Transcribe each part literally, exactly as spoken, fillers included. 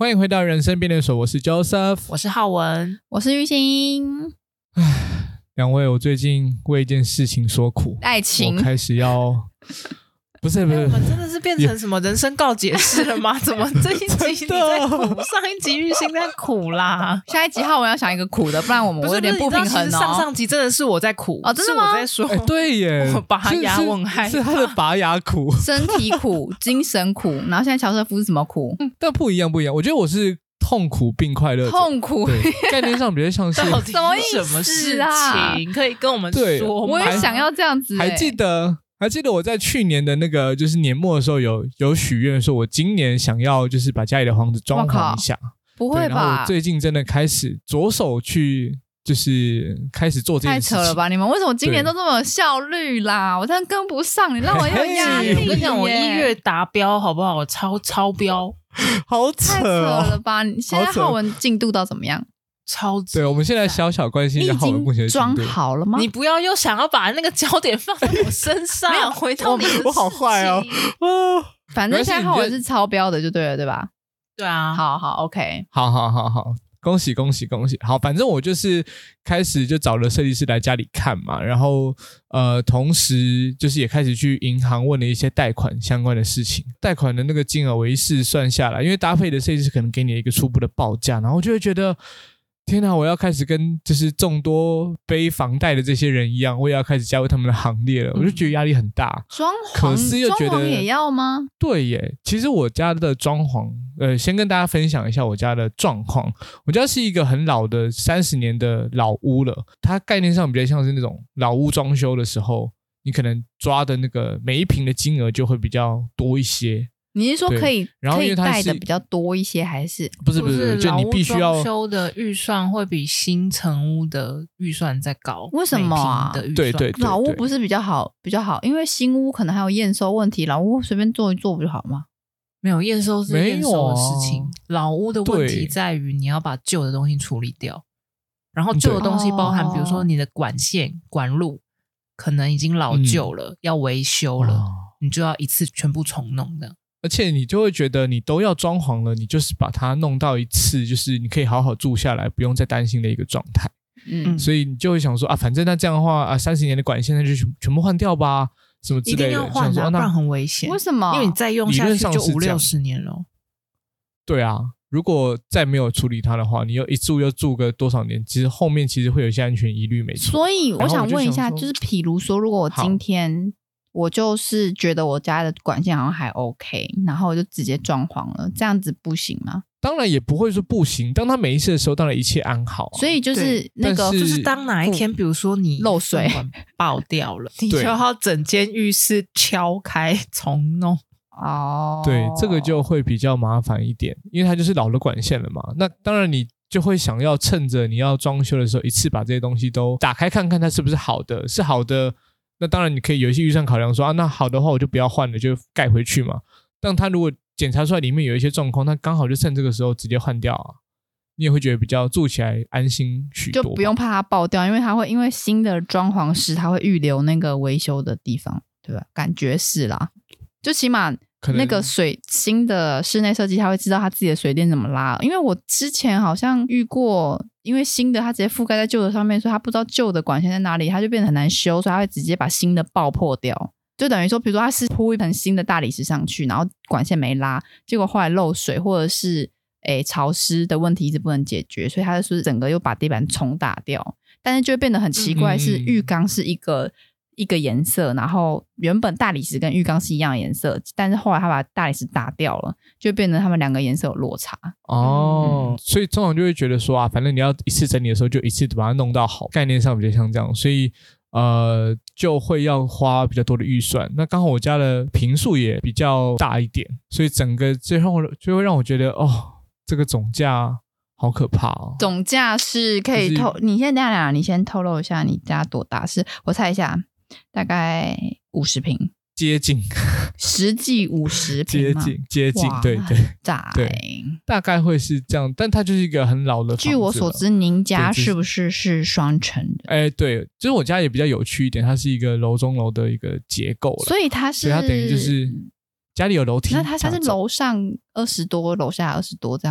欢迎回到人生便利所，我是 Joseph， 我是浩文， 我是玉兴。 两位，我最近为一件事情所苦， 爱情， 我开始要不是不是、 欸，我们真的是变成什么人生告解式了吗？怎么这一集你在苦，上一集玉兴在苦啦？ 下一集浩文要想一个苦的，不然我们有点不平衡哦。 上上集真的是我在苦哦，真的吗？ 是我在说， 欸、对耶， 我拔牙我很害怕， 是他的拔牙苦， 身体苦、精神苦，然后现在乔瑟夫是什么苦？ 嗯、但不一样，不一样。我觉得我是痛苦并快乐， 痛苦概念上比较像是到底什么什么事啊？ 情可以跟我们说吗？ 我也想要这样子、欸， 还记得。还记得我在去年的那个就是年末的时候有有许愿说我今年想要就是把家里的房子装潢一下， 不会吧？ 然后我最近真的开始着手去就是开始做这件事情。 太扯了吧！你们为什么今年都这么有效率啦？我真的跟不上，你让我有压力。 我跟你讲，我一月达标好不好？我超超标， 好扯、哦、 太扯了吧！你现在浩文进度到怎么样？ 超级对，我们现在小小关心一下浩文目前的进度。 你已经装好了吗？ 你不要又想要把那个焦点放在我身上，没有回到你的事情。 我好坏哦！ 反正现在浩文是超标的，就对了，对吧？ 对啊， 好好 ，OK， 好好好好，恭喜恭喜恭喜！好，反正我就是开始就找了设计师来家里看嘛，然后呃，同时就是也开始去银行问了一些贷款相关的事情。贷款的那个金额我一试算下来，因为搭配的设计师可能给你一个初步的报价，然后我就会觉得。天哪！我要开始跟就是众多背房贷的这些人一样，我也要开始加入他们的行列了。嗯、我就觉得压力很大。 装潢， 可是又觉得装潢也要吗？ 对耶，其实我家的装潢，呃，先跟大家分享一下我家的状况。我家是一个很老的三十年的老屋了，它概念上比较像是那种老屋装修的时候，你可能抓的那个每一坪的金额就会比较多一些。 你是说可以然后因为它是可以贷的比较多一些，还是不是不是？就你必须要装修的预算会比新成屋的预算再高？ 为什么啊？ 对对 对, 对， 老屋不是比较好比较好，因为新屋可能还有验收问题，老屋随便做一做不就好吗？ 没有验收是验收的事情， 啊、 老屋的问题在于你要把旧的东西处理掉，然后旧的东西包含比如说你的管线管路可能已经老旧了，嗯、要维修了，哦、你就要一次全部重弄的。 而且你就会觉得你都要装潢了，你就是把它弄到一次，就是你可以好好住下来，不用再担心的一个状态。嗯，所以你就会想说啊，反正那这样的话啊，三十年的管线那就全全部换掉吧，什么之类的。 一定要换啊，不然很危险。 为什么？ 因为你再用下去就五六十年了。 对啊，如果再没有处理它的话，你又一住又住个多少年，其实后面其实会有一些安全疑虑，没错。 所以我想问一下，就是譬如说，如果我今天。我就是觉得我家的管线好像还 OK， 然后我就直接装潢了，这样子不行吗？ 当然也不会说不行，当它没事的时候，当然一切安好、啊。 所以就是那个， 就是当哪一天，比如说你漏水爆掉了，你就要整间浴室敲开重弄。 哦， 对，这个就会比较麻烦一点，因为它就是老的管线了嘛。那当然你就会想要趁着你要装修的时候，一次把这些东西都打开看看，它是不是好的，是好的。那当然你可以有一些预算考量说啊，那好的话我就不要换了，就盖回去嘛。但他如果检查出来里面有一些状况，他刚好就趁这个时候直接换掉啊，你也会觉得比较住起来安心许多， 就不用怕它爆掉，因为它会因为新的装潢时它会预留那个维修的地方，对吧？感觉是啦，就起码那个水新的室内设计他会知道他自己的水电怎么拉，因为我之前好像遇过，因为新的他直接覆盖在旧的上面，所以他不知道旧的管线在哪里，他就变得很难修，所以他会直接把新的爆破掉，就等于说比如说他是铺一盆新的大理石上去，然后管线没拉，结果后来漏水或者是诶潮湿的问题一直不能解决，所以他就是整个又把地板重打掉，但是就会变得很奇怪，是浴缸是一个一个颜色，然后原本大理石跟浴缸是一样的颜色，但是后来他把大理石打掉了，就变成他们两个颜色有落差。 哦、嗯、所以通常就会觉得说啊，反正你要一次整理的时候就一次把它弄到好，概念上比较像这样，所以呃就会要花比较多的预算。那刚好我家的坪数也比较大一点，所以整个最后就会让我觉得哦，这个总价好可怕哦。 总价是可以透、就是、你先等一下，你先透露一下你家多大，是我猜一下大概五十坪， 接近实际五十坪， 接近接近，对对对，大概会是这样。但它就是一个很老的房子。 据我所知，您家是不是是双层的？ 哎，对，就是我家也比较有趣一点，它是一个楼中楼的一个结构了， 所以它是， 所以它等于就是家里有楼梯。 那它它是楼上二十多，楼下二十多这样吗？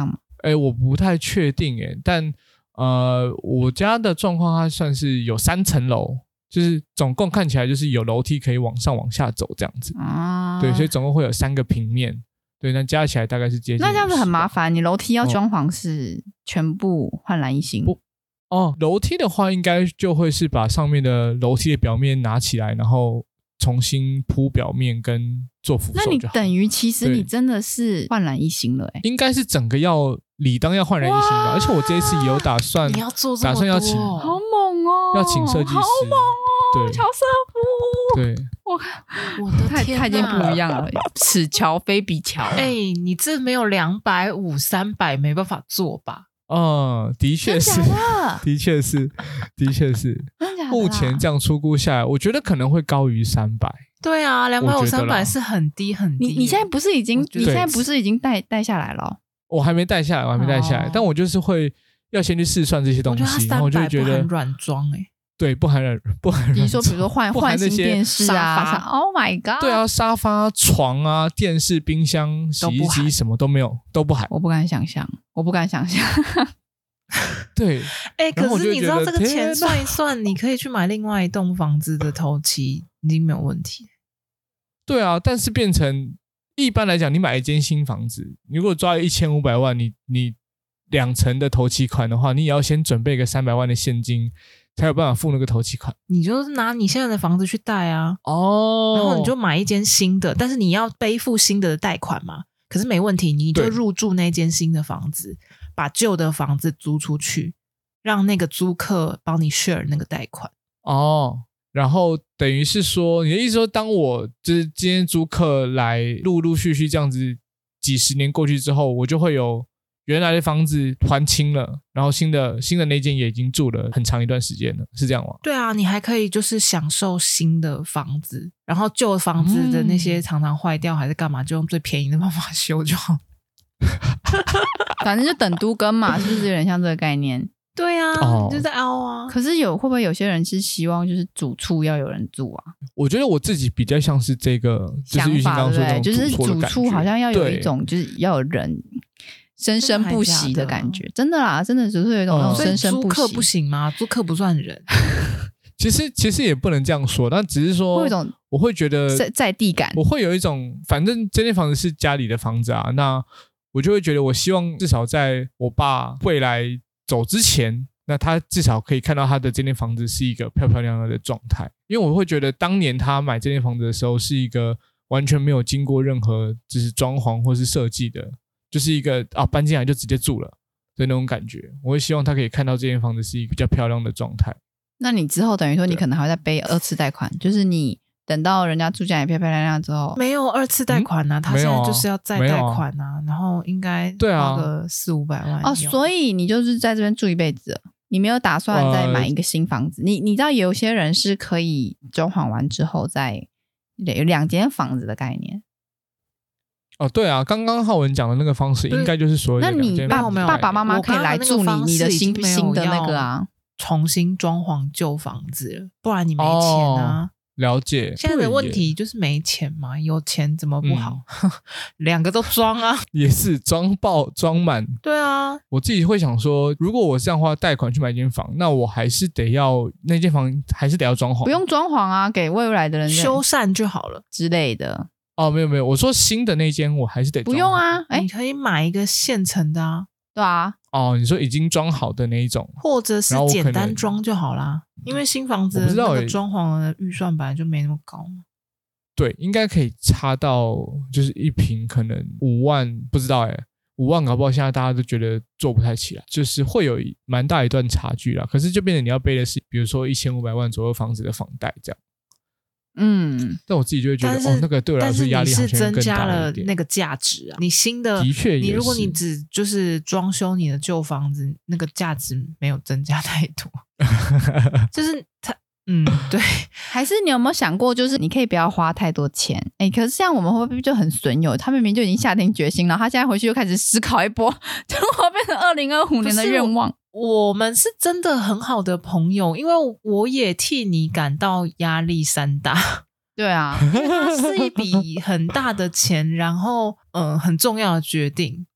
哎，我不太确定哎，但呃，我家的状况它算是有三层楼，就是总共看起来就是有楼梯可以往上往下走这样子啊。对，所以总共会有三个平面。对，那加起来大概是接近。 那这样子很麻烦，你楼梯要装潢是全部焕然一新。 不哦，楼梯的话应该就会是把上面的楼梯的表面拿起来，然后重新铺表面跟做扶手就好。 那你等于其实你真的是焕然一新了哎、欸， 应该是整个要理当要焕然一新的，而且我这一次也有打算， 你要做这么多， 打算要请， 好猛哦， 要请设计师， 好猛哦， 对， 乔瑟夫， 对， 我我的天， 他已经不一样了，此桥非彼桥。 哎、欸，你这没有两百五、三百没办法做吧？ 嗯，的确是，的确是，的确是。目前这样出估下来，我觉得可能会高于三百。 对啊，两百五、三百是很低很低。 你你现在不是已经，你现在不是已经带带下来了、哦？ 我还没带下来，我还没带下来，哦、但我就是会要先去试算这些东西，然后我就觉得软装哎。 对，不含软不含软。 你说，比如说换换新电视啊 ，Oh my god！ 对啊，沙发、床啊、电视、冰箱、洗衣机什么都没有，都不含。 我不敢想象，我不敢想象。 对， 哎、欸，可是你知道这个钱算一算，你可以去买另外一栋房子的头期，已经没有问题。 对啊，但是变成一般来讲，你买一间新房子，你如果抓一千五百万，你你两成的头期款的话，你也要先准备个三百万的现金。才有办法付那个头期款， 你就拿你现在的房子去贷啊， 哦， 然后你就买一间新的，但是你要背负新的贷款嘛，可是没问题，你就入住那间新的房子，把旧的房子租出去，让那个租客帮你 share 那个贷款。 哦，然后等于是说，你的意思说，当我就是今天租客来陆陆续续这样子几十年过去之后，我就会有原来的房子还清了，然后新的新的那间也已经住了很长一段时间了，是这样吗？ 对啊，你还可以就是享受新的房子，然后旧房子的那些常常坏掉还是干嘛，就用最便宜的方法修就好。 反正就等都更嘛，是不是有点像这个概念？ 对啊，哦、就在凹啊。 可是有会不会有些人是希望就是主处要有人住啊？ 我觉得我自己比较像是这个，就是玉兴刚刚说的就是主处好像要有一种就是要有人。生生不息的感觉，真的啦，真的只是有一种那种生生不息。 租客不行吗？租客不算人。 其实其实也不能这样说，但只是说， 会有一种我会觉得在在地感， 我会有一种，反正这间房子是家里的房子啊，那我就会觉得，我希望至少在我爸未来走之前，那他至少可以看到他的这间房子是一个漂漂亮亮的状态，因为我会觉得当年他买这间房子的时候是一个完全没有经过任何就是装潢或是设计的。就是一个啊，搬进来就直接住了的那种感觉，我会希望他可以看到这间房子是一个比较漂亮的状态。 那你之后等于说你可能还会再背二次贷款，就是你等到人家住进来漂漂亮亮之后， 没有二次贷款啊，嗯、他现在就是要再贷款啊，啊然后应该花个四五百万哦，所以你就是在这边住一辈子了，你没有打算再买一个新房子？呃、你你知道有些人是可以装潢完之后再有两间房子的概念。 哦，对啊，刚刚浩文讲的那个方式，应该就是所谓的那你爸爸爸妈妈可以来住你你的新新的那个啊， 重新装潢旧房子了，不然你没钱啊。 哦、了解。 现在的问题就是没钱嘛，有钱怎么不好？嗯、两个都装啊， 也是装爆装满。 对啊， 我自己会想说，如果我这样花贷款去买一间房，那我还是得要那间房还是得要装潢， 不用装潢啊，给未来的人修缮就好了之类的。 哦，没有没有，我说新的那间我还是得装。 不用啊， 哎，你可以买一个现成的啊， 对啊。 哦，你说已经装好的那一种， 或者是简单装就好啦，因为新房子那个装潢的预算本来就没那么高嘛。 对，应该可以差到就是一坪可能五万，不知道哎，五万搞不好现在大家都觉得做不太起来，就是会有蛮大一段差距啦。可是就变成你要背的是，比如说一千五百万左右房子的房贷这样。 嗯， 但我自己就会觉得，哦，那个对我来说压力好像更大一点。但是你是增加了那个价值啊，你新的的确也是， 你如果你只就是装修你的旧房子，那个价值没有增加太多，就是它，嗯，对。 还是你有没有想过，就是你可以不要花太多钱？哎，可是这样我们会不会就很损友？他明明就已经下定决心了，他现在回去又开始思考一波，结果变成二零二五年的愿望。 我们是真的很好的朋友，因为我也替你感到压力山大。 对啊， 因为它是一笔很大的钱，然后嗯、呃、很重要的决定，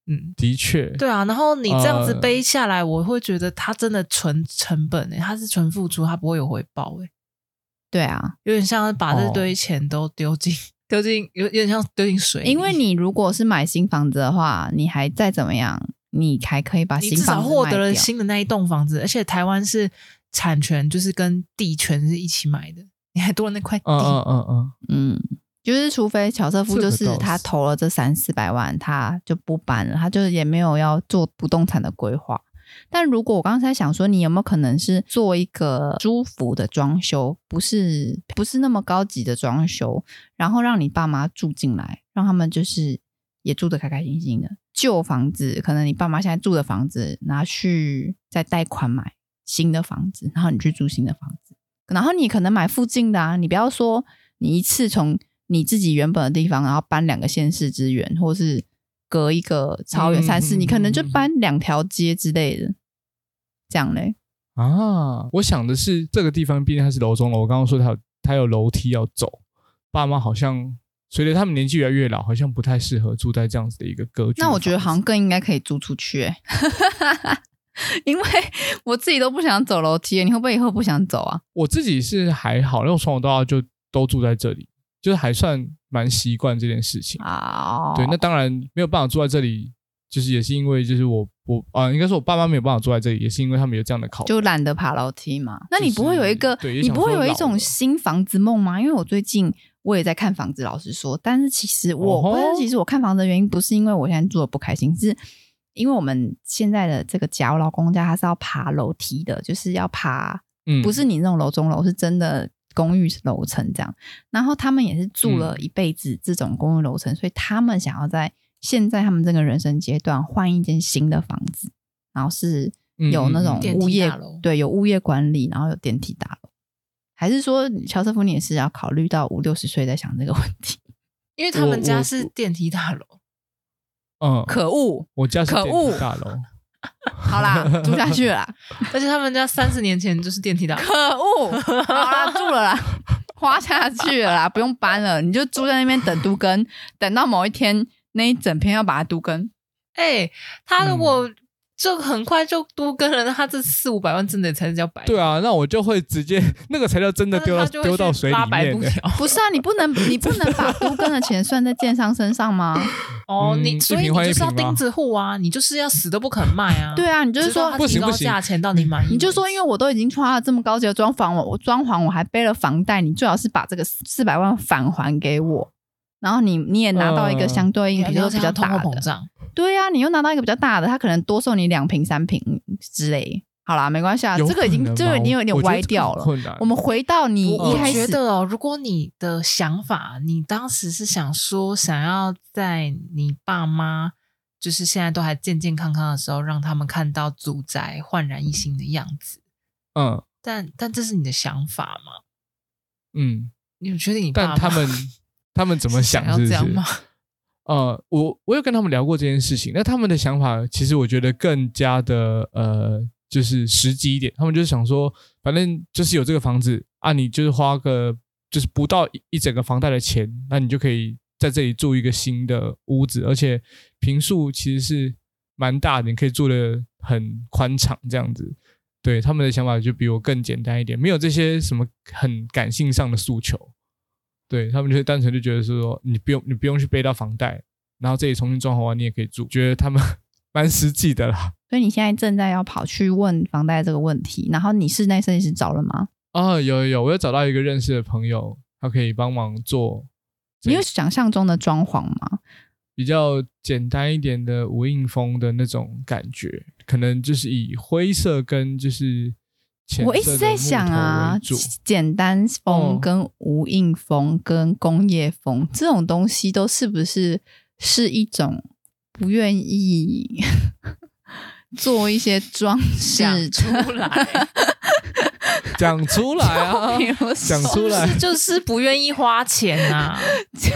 嗯，的确， 对啊。然后你这样子背下来，呃、我会觉得它真的纯成本诶、欸，它是纯付出，它不会有回报诶、欸。 对啊， 有点像把这堆钱都丢进、哦、丢进，有有点像丢进水里。 因为你如果是买新房子的话，你还再怎么样，你还可以把新房子卖掉，你至少获得了新的那一栋房子，而且台湾是产权就是跟地权是一起买的，你还多了那块地。 嗯嗯嗯嗯嗯，就是除非乔瑟夫就是他投了这三四百万，他就不搬了，他就也没有要做不动产的规划。但如果我刚才想说，你有没有可能是做一个舒服的装修，不是不是那么高级的装修，然后让你爸妈住进来，让他们就是也住得开开心心的。旧房子可能你爸妈现在住的房子拿去再贷款买新的房子，然后你去住新的房子，然后你可能买附近的啊，你不要说你一次从你自己原本的地方然后搬两个县市之远，或是隔一个超远三市、嗯、你可能就搬两条街之类的，这样嘞。 啊，我想的是这个地方毕竟它是楼中楼，我刚刚说它有它有楼梯要走，爸妈好像随着他们年纪越来越老，好像不太适合住在这样子的一个格局。 那我觉得好像更应该可以租出去、欸、因为我自己都不想走楼梯，你会不会以后不想走啊？ 我自己是还好，因为我从小到大就都住在这里，就是还算蛮习惯这件事情。 哦， 对，那当然没有办法住在这里，就是也是因为就是我我啊、呃，应该说我爸妈没有办法住在这里，也是因为他们有这样的考虑， 就懒得爬楼梯嘛。那你不会有一个、 就是、 你不会有一种新房子梦吗？因为我最近我也在看房子，老实说，但是其实我、哦、但是其实我看房子的原因不是因为我现在住的不开心，是因为我们现在的这个家，我老公家他是要爬楼梯的，就是要爬，嗯、不是你那种楼中楼，是真的公寓楼层这样。然后他们也是住了一辈子这种公寓楼层、嗯、所以他们想要在现在他们这个人生阶段换一间新的房子，然后是有那种物业、嗯、对，有物业管理，然后有电梯大楼。还是说乔瑟夫你也是要考虑到五六十岁在想这个问题？ 因为他们家是电梯大楼。 嗯， 可恶， 我家是电梯大楼。 好啦，住下去了啦。 而且他们家三十年前就是电梯大楼。 可恶，好啦，住了啦，花下去了啦，不用搬了，你就住在那边等都更，等到某一天那一整片要把它都更。 哎、欸，他如果、嗯就很快就都跟了，他这四五百万真的才叫白。 对啊，那我就会直接那个才叫真的丢到丢到水里面。 不是啊，你不能你不能把都跟的钱算在建商身上吗？ 哦，你、嗯、所以你就是要钉子户啊，你就是要死都不肯卖啊。 对啊，你就是说不行不行，价钱到你满意， 你就说因为我都已经花了这么高级的装潢，我我装潢我还背了房贷，你最好是把这个四百万返还给我。然后你你也拿到一个相对应，比如说比较大的， 膨胀， 对啊，你又拿到一个比较大的，他可能多送你两瓶三瓶之类。好啦，没关系啊，这个已经这个已经有点歪掉了。我, 我们回到你一开始， 我觉得哦，如果你的想法，你当时是想说想要在你爸妈就是现在都还健健康康的时候，让他们看到祖宅焕然一新的样子， 嗯， 但但这是你的想法吗？ 嗯， 你有确定你爸妈？ 但他们。他们怎么想是不是？ 是想要这样吗？ 呃，我我有跟他们聊过这件事情，那他们的想法其实我觉得更加的呃，就是实际一点。他们就是想说，反正就是有这个房子啊，你就是花个就是不到一整个房贷的钱，那你就可以在这里住一个新的屋子，而且坪数其实是蛮大的，你可以住得很宽敞这样子。对，他们的想法就比我更简单一点，没有这些什么很感性上的诉求。对，他们就单纯就觉得说你不用你不用去背到房贷，然后这里重新装潢完你也可以住，觉得他们蛮实际的啦。 所以你现在正在要跑去问房贷这个问题，然后你室内设计师找了吗？ 哦，有有有，我有找到一个认识的朋友，他可以帮忙做。 你有想象中的装潢吗？ 比较简单一点的无印风的那种感觉，可能就是以灰色跟就是我一直在想啊，简单风跟无印风跟工业风、哦、这种东西都是不是是一种不愿意做一些装饰出来讲出来啊，讲出来就是不愿意花钱啊， 就是、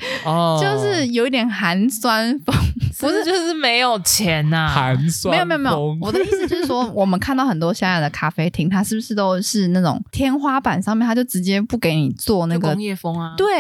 哦、就是有一点寒酸风， 不是就是没有钱啊， 寒酸风。 没有没有没有，我的意思就是说，我们看到很多现在的咖啡厅，它是不是都是那种天花板上面，它就直接不给你做那个工业风啊？ 对。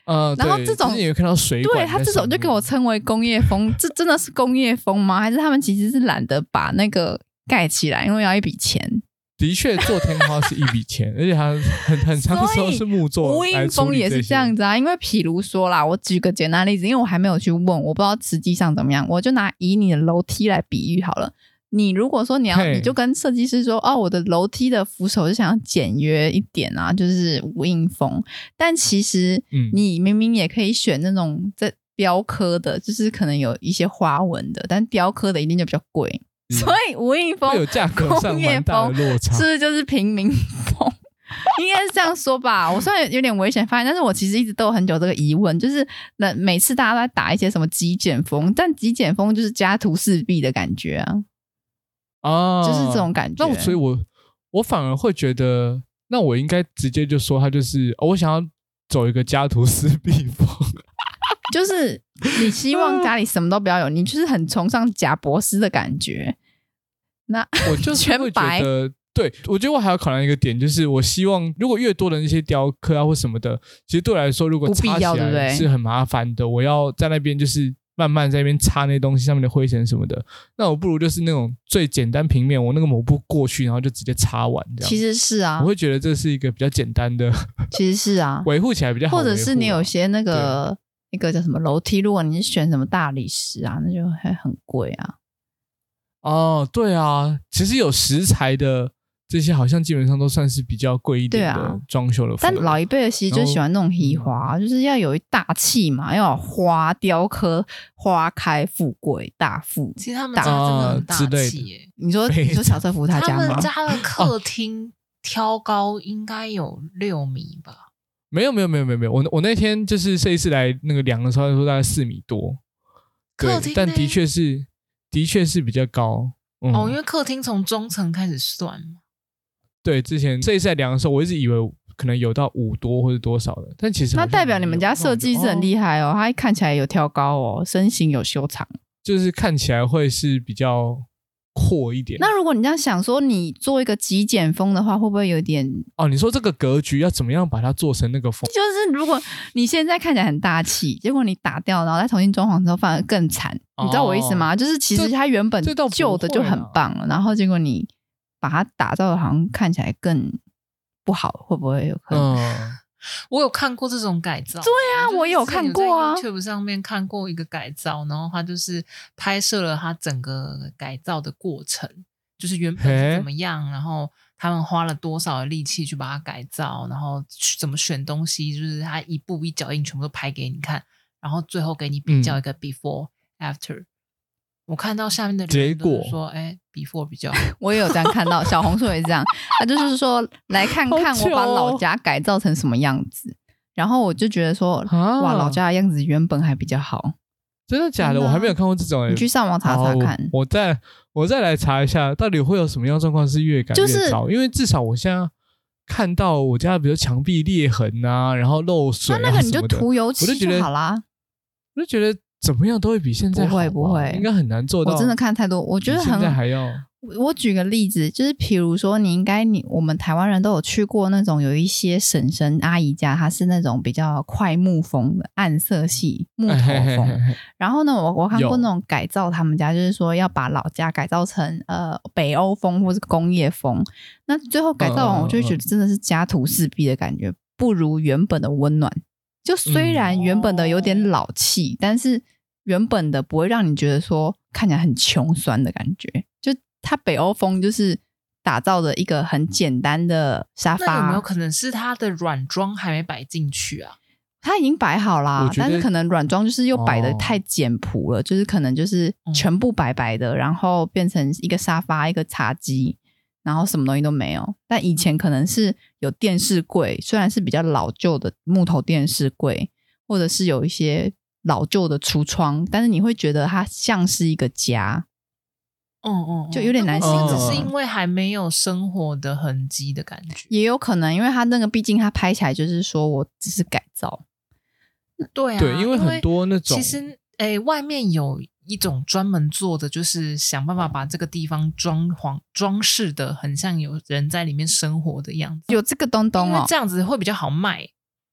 呃， 然后这种之前有看到水管， 对，它这种就给我称为工业风，这真的是工业风吗？还是他们其实是懒得把那个盖起来，因为要一笔钱？ 的确，做天花是一笔钱，而且还很很长时候是木做。 无印风也是这样子啊，因为譬如说啦，我举个简单例子，因为我还没有去问，我不知道实际上怎么样，我就拿以你的楼梯来比喻好了。你如果说你要，你就跟设计师说，哦，我的楼梯的扶手就想要简约一点啊，就是无印风。但其实你明明也可以选那种在雕刻的，就是可能有一些花纹的，但雕刻的一定就比较贵。嗯、所以无印风会有价格上蛮大的落差， 是不是就是平民风？应该是这样说吧。我虽然有点危险发言，但是我其实一直都有很久这个疑问，就是每次大家都在打一些什么极简风，但极简风就是家徒四壁的感觉啊。啊，就是这种感觉。 那所以我我反而会觉得，那我应该直接就说他就是、哦、我想要走一个家徒四壁风。 就是你希望家里什么都不要有，你就是很崇尚贾博士的感觉。那我就是会觉得，对，我觉得我还要考量一个点，就是我希望如果越多的那些雕刻啊或什么的，其实对我来说，如果擦起来是很麻烦的，我要在那边就是慢慢在那边擦那些东西上面的灰尘什么的，那我不如就是那种最简单平面，我那个抹布过去，然后就直接擦完这样。 其实是啊， 我会觉得这是一个比较简单的， 其实是啊， 维护起来比较好、啊。 或者是你有些那个。那个叫什么楼梯，如果你是选什么大理石啊，那就还很贵啊。 哦，对啊，其实有石材的这些好像基本上都算是比较贵一点的装修的、啊、 但老一辈的其实就喜欢那种稀花、嗯、就是要有一大气嘛，要有花雕刻，花开富贵大富。 其实他们家真的很大气耶、 呃、你说你说小车夫他家吗？ 他们家的客厅挑高应该有六米吧。 没有没有没有没有没有，我我那天就是设计师来那个量的时候，他说大概四米多，对，但的确是的确是比较高、 嗯、哦，因为客厅从中层开始算嘛。 对，之前设计师来量的时候，我一直以为可能有到五多或者多少的，但其实那代表你们家设计师很厉害哦，他看起来有挑高哦，身形有修长， 就是看起来会是比较阔一点。 那如果你这样想说，你做一个极简风的话，会不会有点哦？你说这个格局要怎么样把它做成那个风？ 就是如果你现在看起来很大气，结果你打掉，然后再重新装潢之后，反而更惨、哦。你知道我意思吗？就是其实它原本旧的就很棒了，然后结果你把它打造的好像看起来更不好，会不会有可能？嗯我有看过这种改造， 对啊，我有看过啊。 YouTube 上面看过一个改造，然后他就是拍摄了他整个改造的过程，就是原本是怎么样，然后他们花了多少的力气去把它改造，然后怎么选东西，就是他一步一脚印全部都拍给你看，然后最后给你比较一个 before、嗯、after。我看到下面的人都说，哎 ，before 比较好。 我也有这样看到，小红书也是这样，他就是说来看看我把老家改造成什么样子，然后我就觉得说，啊、哇，老家的样子原本还比较好。 真的假的？我还没有看过这种、欸。 你去上网查查看。 我, 我再我再来查一下，到底会有什么样的状况是越改越糟、就是？因为至少我现在看到我家比如墙壁裂痕啊，然后漏水啊什么的， 那那个你就涂油漆就好啦。 我就觉得。怎么样都会比现在好，不会不会，应该很难做到。 我真的看太多，我觉得很。 现在还要。 我举个例子，就是比如说，你应该你我们台湾人都有去过那种有一些婶婶阿姨家，它是那种比较快木风的暗色系木头风。嘿嘿嘿嘿然后呢，我我看过那种改造他们家，就是说要把老家改造成呃北欧风或是工业风。那最后改造完，我就会觉得真的是家徒四壁的感觉，不如原本的温暖。就虽然原本的有点老气，嗯、但是。原本的不会让你觉得说看起来很穷酸的感觉，就它北欧风就是打造的一个很简单的沙发。 那有没有可能是它的软装还没摆进去啊？ 它已经摆好啦，但是可能软装就是又摆的太简朴了、哦，就是可能就是全部白白的、嗯，然后变成一个沙发一个茶几，然后什么东西都没有。但以前可能是有电视柜，虽然是比较老旧的木头电视柜，或者是有一些老旧的橱窗，但是你会觉得它像是一个家。 嗯嗯， 就有点难形容， 只是因为还没有生活的痕迹的感觉， 也有可能，因为它那个毕竟它拍起来就是说我只是改造。 对啊， 对，因为很多那种其实诶，外面有一种专门做的，就是想办法把这个地方装潢装饰的很像有人在里面生活的样子， 有这个东东哦， 因为这样子会比较好卖。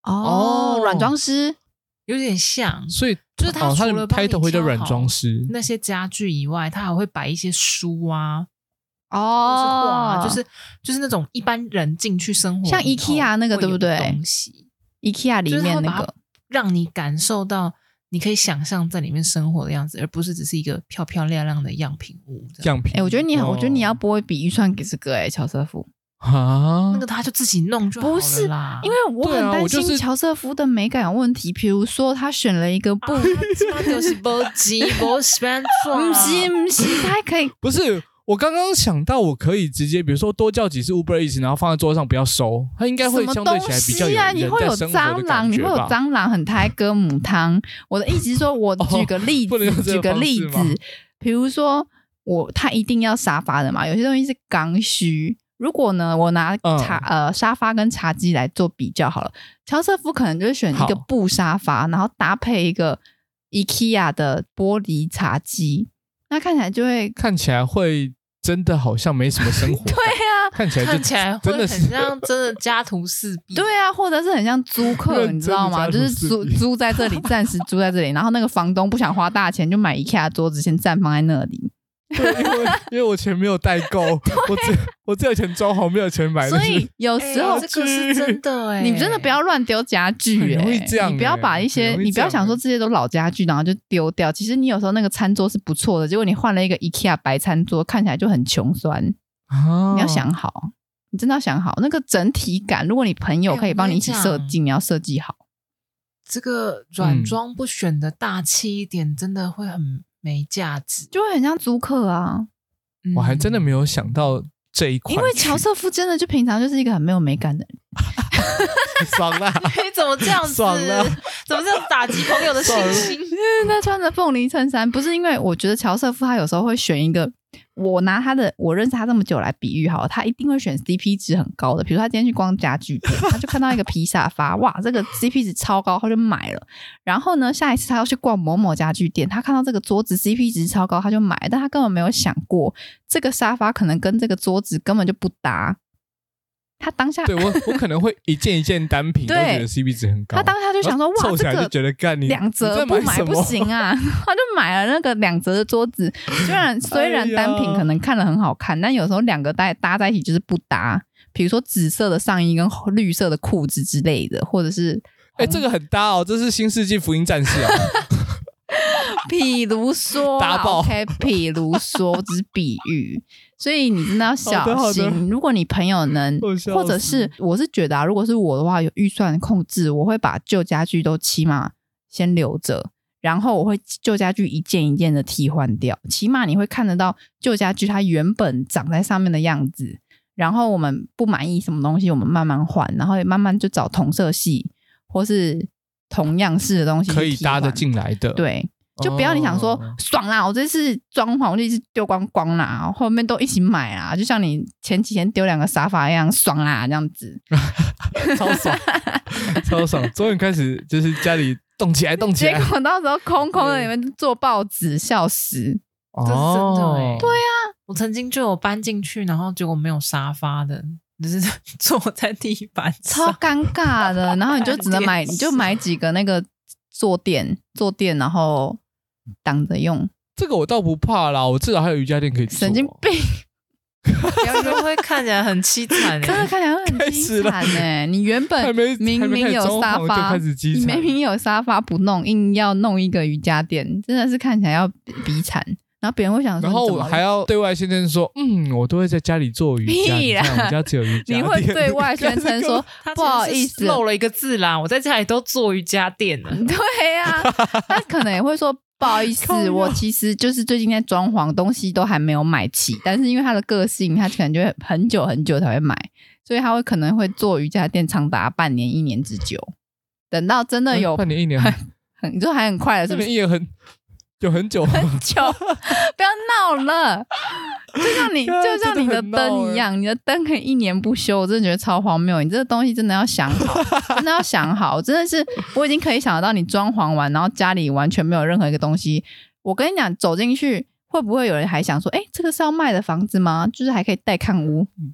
哦，软装师有点像， 所以就是他除了拍头会叫软装师那些家具以外，他还会摆一些书啊。 哦， 就是就是那种一般人进去生活， 像 IKEA 那个对不对？ 东西 IKEA 里面那个， 让你感受到你可以想象在里面生活的样子，而不是只是一个漂漂亮亮的样品屋。 样品， 哎、欸，我觉得你， 哦、 我觉得你要拨一笔预算给这个哎、欸，乔瑟夫啊， 那个他就自己弄就好了啦。 不是，因为我很担心乔瑟夫的美感有问题。比、啊就是、如说，他选了一个布， 他就是不急不选错， 不是不是，他还可以不是。我刚刚想到，我可以直接，比如说多叫几次 Uber Eats， 然后放在桌上不要收，它应该会相对起来比较有人在生活的感觉吧。 你会有蟑螂，很胎哥母汤。我的意思是说，我举个例子，哦、举个例子，比如说我他一定要沙发的嘛，有些东西是刚需。如果呢，我拿茶、嗯、呃沙发跟茶几来做比较好了，乔瑟夫可能就选一个布沙发，然后搭配一个 IKEA 的玻璃茶几。那看起来就会看起来会真的好像没什么生活对啊， 看起来就看起来会很像真的家徒四壁。 对啊，或者是很像租客，你知道吗？就是租租在这里，暂时租在这里，然后那个房东不想花大钱，就买 IKEA 桌子先暂放在那里。 对，因为因为我钱没有代购，我只我只有钱装潢，没有钱买。 所以有时候、 欸、这个是真的哎、欸， 你真的不要乱丢家具哎、欸， 容易这样、欸， 你不要把一些，你不要想说这些都老家具，然后就丢掉。其实你有时候那个餐桌是不错的，结果你换了一个 IKEA 白餐桌，看起来就很穷酸。啊、你要想好，你真的要想好那个整体感。如果你朋友可以帮你一起设计、欸，你要设计好。 这个软装不选的大气一点，嗯、真的会很没价值， 就会很像租客啊。 嗯、 我还真的没有想到这一块， 因为乔瑟夫真的就平常就是一个很没有美感的人。 爽啦！ 你怎么这样子？ 爽了！ 怎么这样打击朋友的信心？ 他穿着凤梨衬衫，不是因为我觉得乔瑟夫他有时候会选一个，我拿他的我认识他这么久来比喻好了，他一定会选 C P 值很高的。比如他今天去逛家具店，他就看到一个皮沙发，哇，这个 C P 值超高，他就买了。然后呢，下一次他要去逛某某家具店，他看到这个桌子 C P 值超高，他就买，但他根本没有想过这个沙发可能跟这个桌子根本就不搭。他当下对我我可能会一件一件单品都觉得 C P 值很高， 他当下就想说哇， 凑起来就觉得干你两折不买不行啊，他就买了那个两折的桌子。虽然虽然单品可能看得很好看，但有时候两个搭搭在一起就是不搭。比如说紫色的上衣跟绿色的裤子之类的，或者是哎、欸，这个很搭哦，这是新世纪福音战士啊。 譬如说搭爆 ，OK， 譬如说只是比喻，所以你真的要小心。如果你朋友能，或者是我是觉得啊，如果是我的话，有预算控制，我会把旧家具都起码先留着，然后我会旧家具一件一件的替换掉，起码你会看得到旧家具它原本长在上面的样子。然后我们不满意什么东西，我们慢慢换，然后也慢慢就找同色系或是同样式的东西可以搭得进来的。 对。就不要你想说、哦、爽啦，我这次装潢我这次丢光光啦，后面都一起买啦，就像你前几天丢两个沙发一样，爽啦这样子， 超爽，超爽！终于开始就是家里动起来，动起来。 结果到时候空空的，你们做报纸，笑死！ 这是真的哎、欸， 对啊， 我曾经就有搬进去，然后结果没有沙发的。就是坐在地板上， 超尴尬的。然后你就只能买，你就买几个那个坐垫，坐垫，然后挡着用。 这个我倒不怕啦，我至少还有瑜伽垫可以做。 神经病！ 要不会看起来很凄惨、欸， 真的看起来会很凄惨哎！你原本明明有沙发，你明明有沙发不弄，硬要弄一个瑜伽垫，真的是看起来要比惨。然后别人会想说， 然后我还要对外宣称说，嗯，我都会在家里做瑜伽，你看我家只有瑜伽垫。 你会对外宣称说，不好意思， 漏了一个字啦，我在家里都做瑜伽垫了。 对呀、啊，他可能也会说，不好意思，我其实就是最近在装潢，东西都还没有买齐，但是因为他的个性，他可能就会很久很久才会买，所以他会可能会做瑜伽垫长达半年、一年之久。等到真的有、 嗯、半年、一年， 很你说还很快了，是不是？ 半年、一年很。有很久很久，不要闹了。就像你，就像你的灯一样，你的灯可以一年不修，我真的觉得超荒谬。你这个东西真的要想好，真的要想好。真的是，我已经可以想得到你装潢完，然后家里完全没有任何一个东西。我跟你讲，走进去会不会有人还想说，哎、欸，这个是要卖的房子吗？就是还可以带看屋。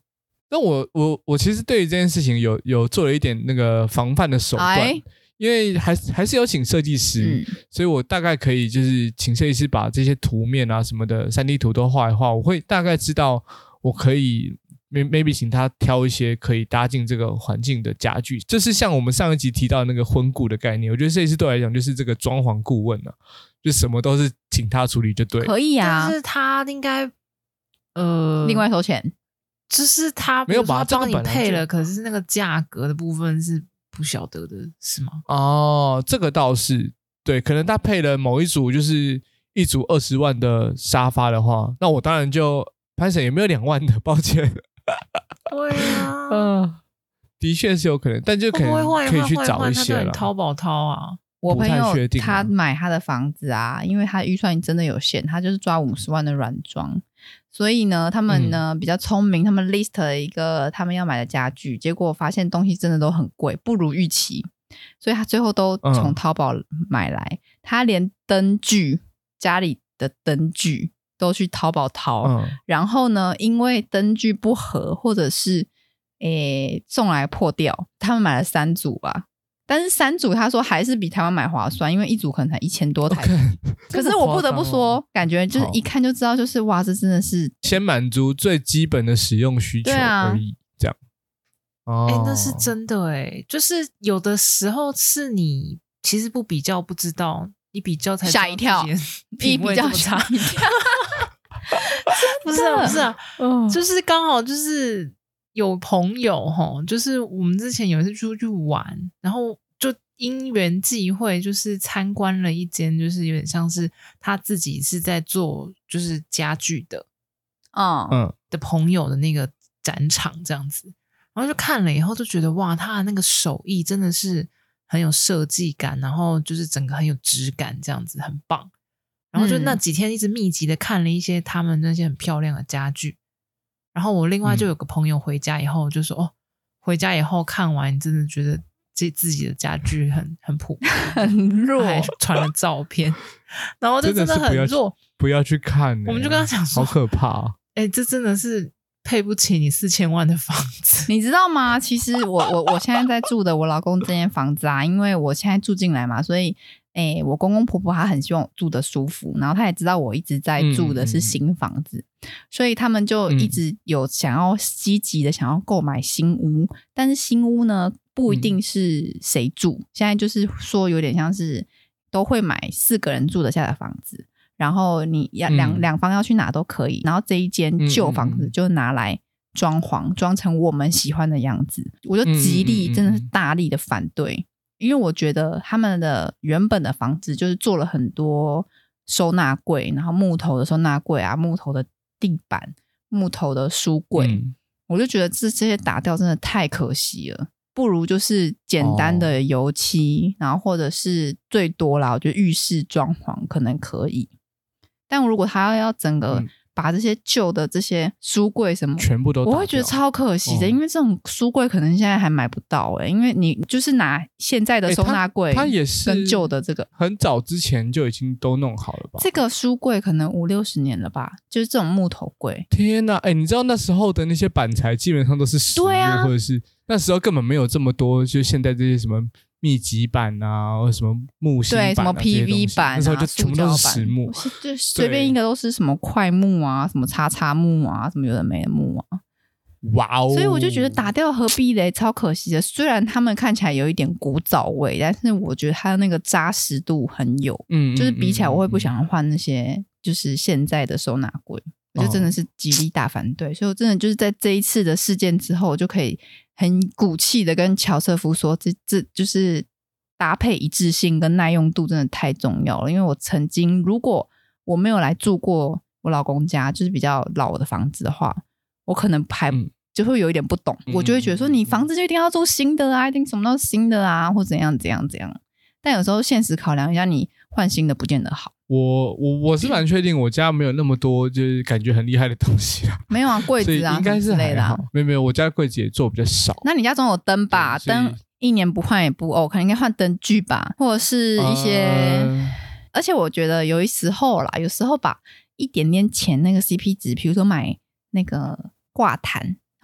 但我我我其实对于这件事情有有做了一点那个防范的手段。哎，因为还还是有请设计师、嗯，所以我大概可以就是请设计师把这些图面啊什么的 三 D 图都画一画，我会大概知道我可以 maybe 请他挑一些可以搭进这个环境的家具，就是像我们上一集提到的那个婚顾的概念，我觉得设计师对我来讲就是这个装潢顾问啊，就什么都是请他处理就对了。 可以啊， 但是他应该呃另外收钱， 就是他没有把他帮你配了，可是那个价格的部分是不晓得的是吗？ 哦，这个倒是对，可能他配了某一组就是一组二十万的沙发的话，那我当然就潘神也没有两万的，抱歉。 对啊， 嗯，的确是有可能，但就可能可以去找一些了。 淘宝淘啊， 我朋友他买他的房子啊，因为他预算真的有限，他就是抓五十万的软装。所以呢他们呢、嗯、比较聪明，他们 list 了一个他们要买的家具，结果发现东西真的都很贵，不如预期，所以他最后都从淘宝买来、嗯、他连灯具，家里的灯具都去淘宝淘、嗯、然后呢因为灯具不合或者是诶送来破掉，他们买了三组吧，但是三组他说还是比台湾买划算，因为一组可能才一千多台币、okay, 可是我不得不说、哦、感觉就是一看就知道就是哇这真的是先满足最基本的使用需求而已、啊、这样哦，欸、那是真的欸，就是有的时候是你其实不比较不知道，一比较才吓一跳， 一比较吓一跳不是啊不是啊、哦、就是刚好就是有朋友齁，就是我们之前有一次出去玩，然后就因缘际会就是参观了一间就是有点像是他自己是在做就是家具的嗯的朋友的那个展场这样子，然后就看了以后就觉得哇他的那个手艺真的是很有设计感，然后就是整个很有质感这样子很棒，然后就那几天一直密集的看了一些他们那些很漂亮的家具，然后我另外就有个朋友回家以后就说、嗯、哦，回家以后看完真的觉得这自己的家具很很普通很弱， 还传了照片然后就真的很弱， 不 要, 不要去看、欸、 我们就跟他讲说好可怕、啊、 欸这真的是配不起你四千万的房子你知道吗？其实我我我现在在住的我老公这间房子啊，因为我现在住进来嘛，所以诶，我公公婆婆他很希望我住得舒服，然后他也知道我一直在住的是新房子、嗯、所以他们就一直有想要积极的想要购买新屋、嗯、但是新屋呢不一定是谁住、嗯、现在就是说有点像是都会买四个人住得下的房子，然后你要两、嗯、两方要去哪都可以，然后这一间旧房子就拿来装潢装成我们喜欢的样子，我就极力真的是大力的反对，因为我觉得他们的原本的房子就是做了很多收纳柜，然后木头的收纳柜啊，木头的地板，木头的书柜、嗯、我就觉得这这些打掉真的太可惜了，不如就是简单的油漆、哦、然后或者是最多啦我觉得浴室装潢可能可以，但如果他要整个、嗯把这些旧的这些书柜什么全部都打掉， 我会觉得超可惜的、哦、因为这种书柜可能现在还买不到欸，因为你就是拿现在的收纳柜它也是跟旧的这个很早之前就已经都弄好了吧， 这个书柜可能五六十年了吧，就是这种木头柜， 天哪、欸、你知道那时候的那些板材基本上都是实木、啊、或者是那时候根本没有这么多就现在这些什么密集板啊或者什么木芯板、啊、 对什么 P V 板、啊、 那时候就全部都是实木， 就随便一个都是什么块木啊什么叉叉木啊什么有的没的木啊， 哇哦！ 所以我就觉得打掉何必嘞，超可惜的，虽然他们看起来有一点古早味，但是我觉得它的那个扎实度很有，嗯，就是比起来我会不想换那些就是现在的收纳柜，我就真的是极力大反对、哦、所以我真的就是在这一次的事件之后我就可以很鼓气的跟乔瑟夫说这这就是搭配一致性跟耐用度真的太重要了，因为我曾经如果我没有来住过我老公家就是比较老的房子的话，我可能还就会有一点不懂、嗯、我就会觉得说你房子就一定要住新的啊，一定什么都是新的啊或怎样怎样怎样，但有时候现实考量一下你换新的不见得好。 我我我是蛮确定我家没有那么多就是感觉很厉害的东西啦， 没有啊柜子啊应该是还好，没有没有我家柜子也做比较少。 那你家总有灯吧，灯一年不换也不哦，可能应该换灯具吧，或者是一些、呃、而且我觉得有时候啦有时候把一点点钱那个 C P 值比如说买那个挂毯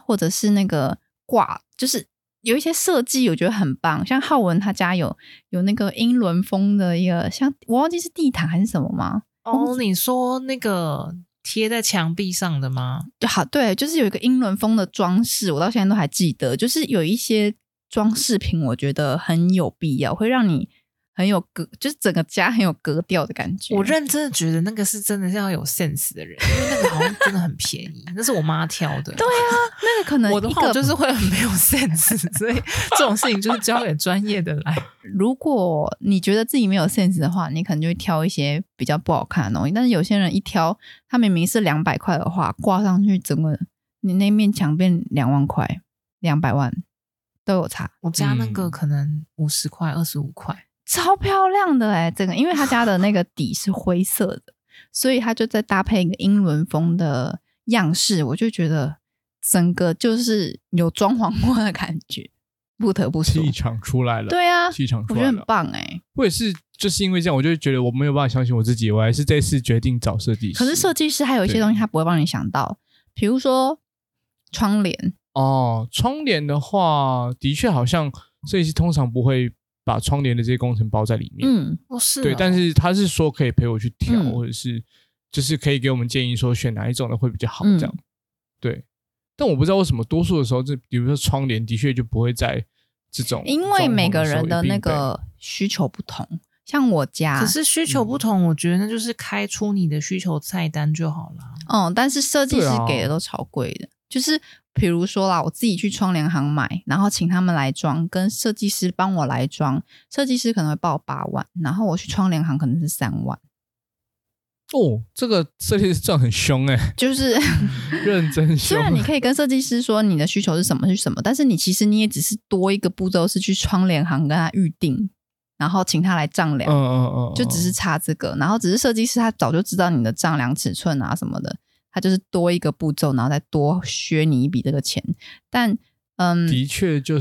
或者是那个挂，就是有一些设计我觉得很棒，像浩文他家有有那个英伦风的一个，像我忘记是地毯还是什么吗？ 哦，你说那个贴在墙壁上的吗？ 好，对，就是有一个英伦风的装饰，我到现在都还记得，就是有一些装饰品我觉得很有必要，会让你很有格，就是整个家很有格调的感觉。 我认真的觉得那个是真的是要有 sense 的人，因为那个好像真的很便宜，那是我妈挑的。 对啊，那个可能我的话我就是会很没有 sense， 所以这种事情就是交给专业的来。 如果你觉得自己没有 sense 的话，你可能就会挑一些比较不好看的东西。但是有些人一挑，他明明是两百块的话，挂上去整个你那面墙变两万块、两百万都有差。 我家那个可能五十块、二十五块。 超漂亮的哎、欸，这个因为他家的那个底是灰色的，所以他就再搭配一个英伦风的样式，我就觉得整个就是有装潢过的感觉，不得不说气场出来了。 对啊， 气场出来了， 我觉得很棒哎、欸。 我也是，就是因为这样，我就觉得我没有办法相信我自己，我还是这次决定找设计师。 可是设计师还有一些东西他不会帮你想到，比如说窗帘哦，窗帘的话，的确好像设计师通常不会把窗帘的这些工程包在里面。 嗯， 哦是哦， 对，但是他是说可以陪我去挑， 嗯、 或者是就是可以给我们建议说选哪一种的会比较好，这样。嗯、对，但我不知道为什么多数的时候，这比如说窗帘的确就不会在这种， 因为每个人的那个需求不同。像我家， 可是需求不同，嗯、我觉得那就是开出你的需求菜单就好了。 嗯，但是设计师给的都超贵的，啊、就是比如说啦，我自己去窗帘行买，然后请他们来装，跟设计师帮我来装，设计师可能会报八万，然后我去窗帘行可能是三万。 哦，这个设计师赚很凶哎、欸， 就是认真凶。 虽然你可以跟设计师说你的需求是什么是什么，但是你其实你也只是多一个步骤，是去窗帘行跟他预定。然后请他来丈量， 嗯嗯嗯， 就只是差这个，然后只是设计师他早就知道你的丈量尺寸啊什么的，他就是多一个步骤，然后再多削你一笔这个钱。但嗯， 的确就是，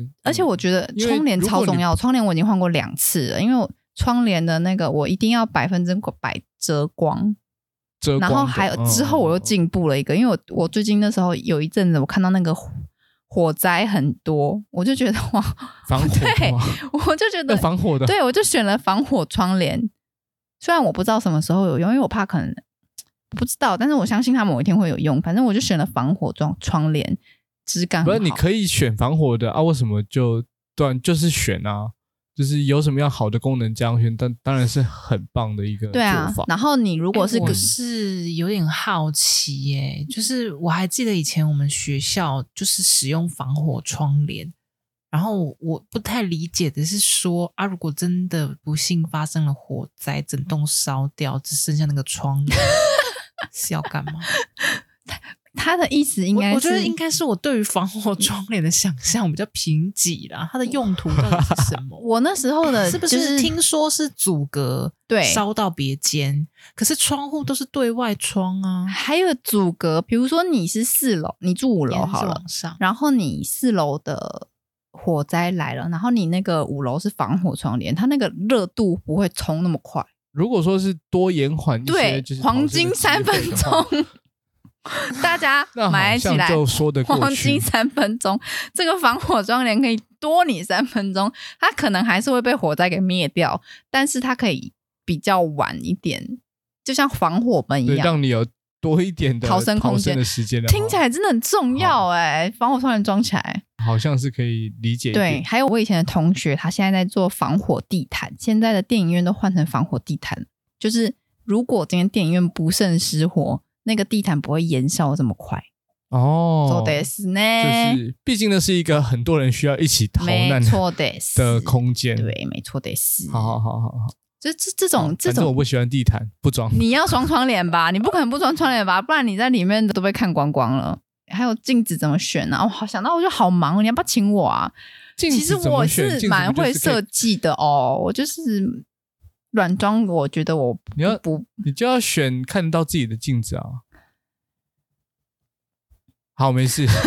而且我觉得窗帘超重要，窗帘我已经换过两次了，因为我窗帘的那个我一定要百分之百遮光， 遮光， 然后还有、嗯、之后我又进步了一个，因为我我最近那时候有一阵子我看到那个。火灾很多，我就觉得哇， 防火， 对，我就觉得防火的， 对，我就选了防火窗帘。虽然我不知道什么时候有用，因为我怕可能不知道，但是我相信它某一天会有用。反正我就选了防火窗窗帘，质感很好。 不是，你可以选防火的啊？为什么就对，就是选啊？就是有什么样好的功能这样选，但当然是很棒的一个做法。 对啊，然后你如果是、 欸、我是有点好奇耶、欸，就是我还记得以前我们学校就是使用防火窗帘，然后我不太理解的是说啊，如果真的不幸发生了火灾，整栋烧掉，只剩下那个窗帘是要干嘛？ 他的意思应该是， 我，我觉得应该是我对于防火窗帘的想象比较贫瘠啦。它的用途到底是什么？ 我那时候的、 就是、是不是听说是阻隔，对，烧到别间？可是窗户都是对外窗啊， 还有阻隔。比如说你是四楼，你住五楼好了，然后你四楼的火灾来了，然后你那个五楼是防火窗帘，它那个热度不会冲那么快。 如果说是多延缓一些， 对， 就是黄金三分钟。大家买起来， 就说得过去， 黄金三分钟，这个防火窗帘可以多你三分钟，它可能还是会被火灾给灭掉，但是它可以比较晚一点，就像防火门一样， 对，让你有多一点的逃生空间的时间。 听起来真的很重要哎、欸，防火窗帘装起来， 好像是可以理解一点。 对，还有我以前的同学，他现在在做防火地毯，现在的电影院都换成防火地毯，就是如果今天电影院不慎失火。那个地毯不会延烧这么快哦， そうですね， 就是毕竟那是一个很多人需要一起逃难的空间， 对，没错的是。 好好好好好， 就这这种这种， 反正我不喜欢地毯，不装。 你要装窗帘吧，你不可能不装窗帘吧，不然你在里面都被看光光了。还有镜子怎么选啊？我、哦、想到我就好忙，你要不要请我啊？ 镜子其实我是蛮会设计的哦，我就是。软装我觉得我你要不你就要选看到自己的镜子啊。好，没事。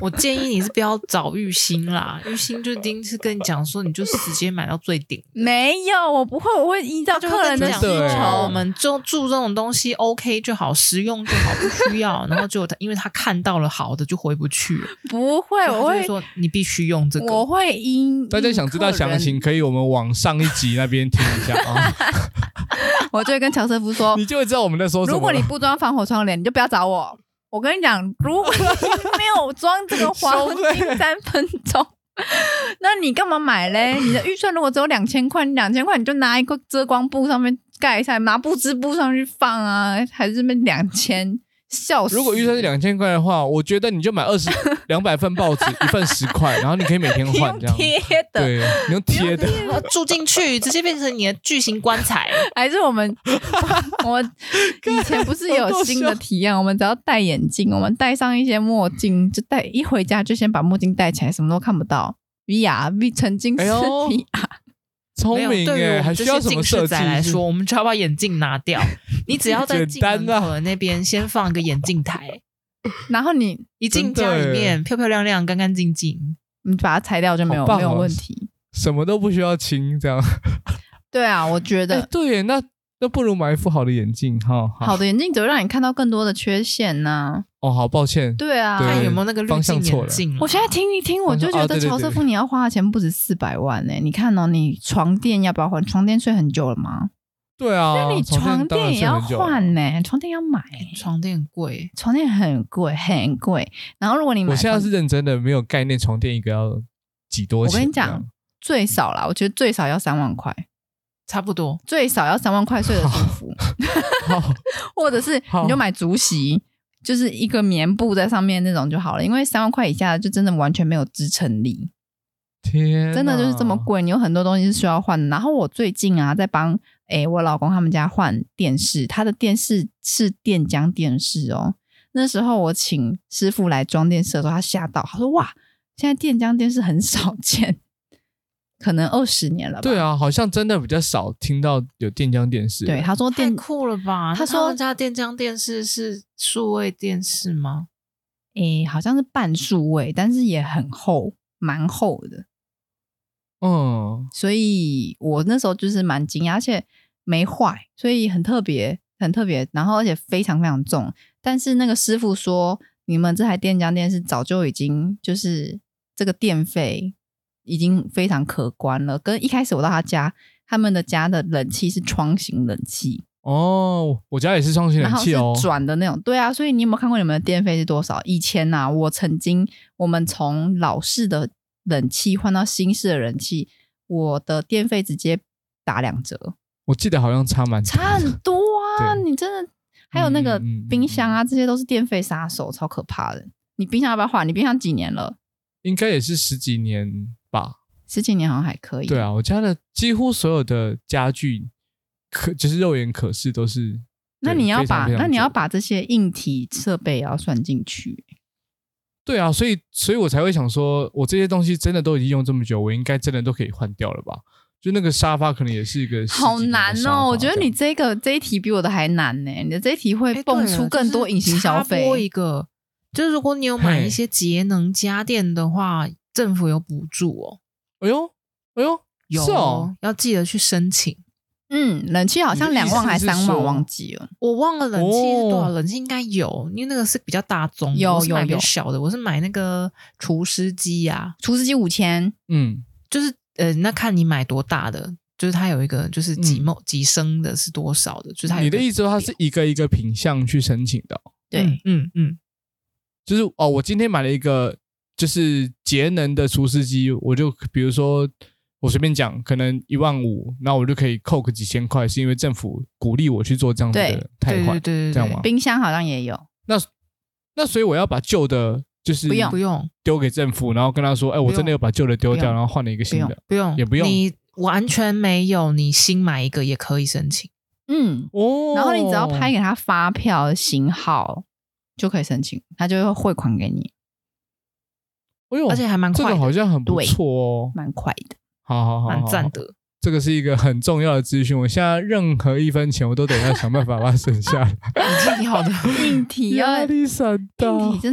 我建议你是不要找玉兴啦，玉兴就一定是跟你讲说，你就直接买到最顶。 没有，我不会，我会依照客人的需求， 我们就住这种东西 OK 就好，实用就好，不需要。然后就他，因为他看到了好的就回不去了。 不会，我会说你必须用这个。 我会因大家想知道详情，可以我们往上一集那边听一下啊。 我就会跟乔瑟夫说， 你就会知道我们在说什么。 如果你不装防火窗帘，你就不要找我。我跟你讲，如果你没有装这个黄金三分钟，那你干嘛买嘞？你的预算如果只有两千块，两千块你就拿一个遮光布上面盖一下，拿布织布上去放啊，还是那两千？笑死！ 如果预算是两千块的话，我觉得你就买二十两百份报纸，一份十块，然后你可以每天换这样。 贴的， 对，你用贴的， 住进去直接变成你的巨型棺材。 还是我们我以前不是有新的体验，我们只要戴眼镜，我们戴上一些墨镜，就戴一回家就先把墨镜戴起来，什么都看不到。V R 曾经是 V R。 聪明耶，还需要什么设计来说，我们就要把眼镜拿掉。你只要在进门口那边先放一个眼镜台， 然后你一进家里面漂漂亮亮、干干净净， 你把它裁掉就没有、哦、没有问题， 什么都不需要清，这样。 对啊，我觉得、 欸、对耶，那那不如买一副好的眼镜哈。 好, 好的眼镜只会让你看到更多的缺陷呢、啊。 哦，好抱歉。 对啊， 看有没有那个滤镜眼镜。 我现在听一听，我就觉得乔瑟夫你要花的钱不止四百万呢、欸。你看哦，你床垫要不要换？床垫睡很久了吗？ 对啊， 那你床垫也要换呢、欸，床垫要买、欸， 床垫很贵， 床垫很贵，很贵。然后如果你买， 我现在是认真的，没有概念，床垫一个要几多钱？ 我跟你讲，最少啦，我觉得最少要三万块。 差不多， 最少要三万块睡得舒服，或者是你就买竹席，就是一个棉布在上面那种就好了，因为三万块以下就真的完全没有支撑力。 天， 真的就是这么贵，你有很多东西是需要换的。然后我最近啊，在帮诶我老公他们家换电视，他的电视是电浆电视哦。那时候我请师傅来装电视的时候，他吓到，他说：“哇，现在电浆电视很少见。”可能二十年了吧。 对啊，好像真的比较少听到有电浆电视。 对，他说电太酷了吧？ 他说他们家电浆电视是数位电视吗？ 诶，好像是半数位，但是也很厚，蛮厚的。 嗯， 所以我那时候就是蛮惊讶，而且没坏，所以很特别，很特别。然后而且非常非常重，但是那个师傅说，你们这台电浆电视早就已经就是这个电费已经非常可观了。跟一开始我到他家，他们的家的冷气是窗型冷气哦，我家也是窗型冷气哦， 然后是转的那种。对啊，所以你有没有看过你们的电费是多少？以前啊，我曾经我们从老式的冷气换到新式的冷气，我的电费直接打两折。 我记得好像差蛮差很多啊！你真的还有那个冰箱啊，嗯嗯嗯、这些都是电费杀手，超可怕的。你冰箱要不要换？你冰箱几年了？ 应该也是十几年吧。 十几年好像还可以。 对啊，我家的几乎所有的家具可就是肉眼可视都是。 那你要把非常非常那你要把这些硬体设备也要算进去。 对啊，所以所以我才会想说，我这些东西真的都已经用这么久，我应该真的都可以换掉了吧？就那个沙发可能也是一个好难哦，我觉得你这个这一题比我的还难呢。你的这一题会蹦出更多隐形消费。 插播一个，就是如果你有买一些节能家电的话，政府有补助哦。 哎呦，哎呦， 有是哦， 要记得去申请。 嗯，冷气好像两万还三万，忘记了， 我忘了冷气是多少。冷气应该有，因为那个是比较大宗， 有我是买有有比较小的，我是买那个除湿机啊， 除湿机五千， 嗯， 就是呃，那看你买多大的，就是它有一个就是几毛、嗯、几升的是多少的，就是它有你的意思说它是一个一个品项去申请的、哦， 对， 嗯嗯嗯， 就是哦，我今天买了一个就是节能的除湿机，我就比如说。我随便讲，可能一万五，那我就可以扣个几千块，是因为政府鼓励我去做这样子的贷款， 对对对对， 这样吗？ 冰箱好像也有。 那那所以我要把旧的，就是不用不用丢给政府，然后跟他说，哎，我真的有把旧的丢掉，然后换了一个新的， 不用也不用， 你完全没有，你新买一个也可以申请。 嗯哦， 然后你只要拍给他发票型号就可以申请，他就会汇款给你。 哎呦， 而且还蛮快的， 这个好像很不错哦， 蛮快的。 好好好， 蛮赞的。 这个是一个很重要的资讯，我现在任何一分钱我都得要想办法把它省下来。 已经好的硬体要压力山大， 硬体真的要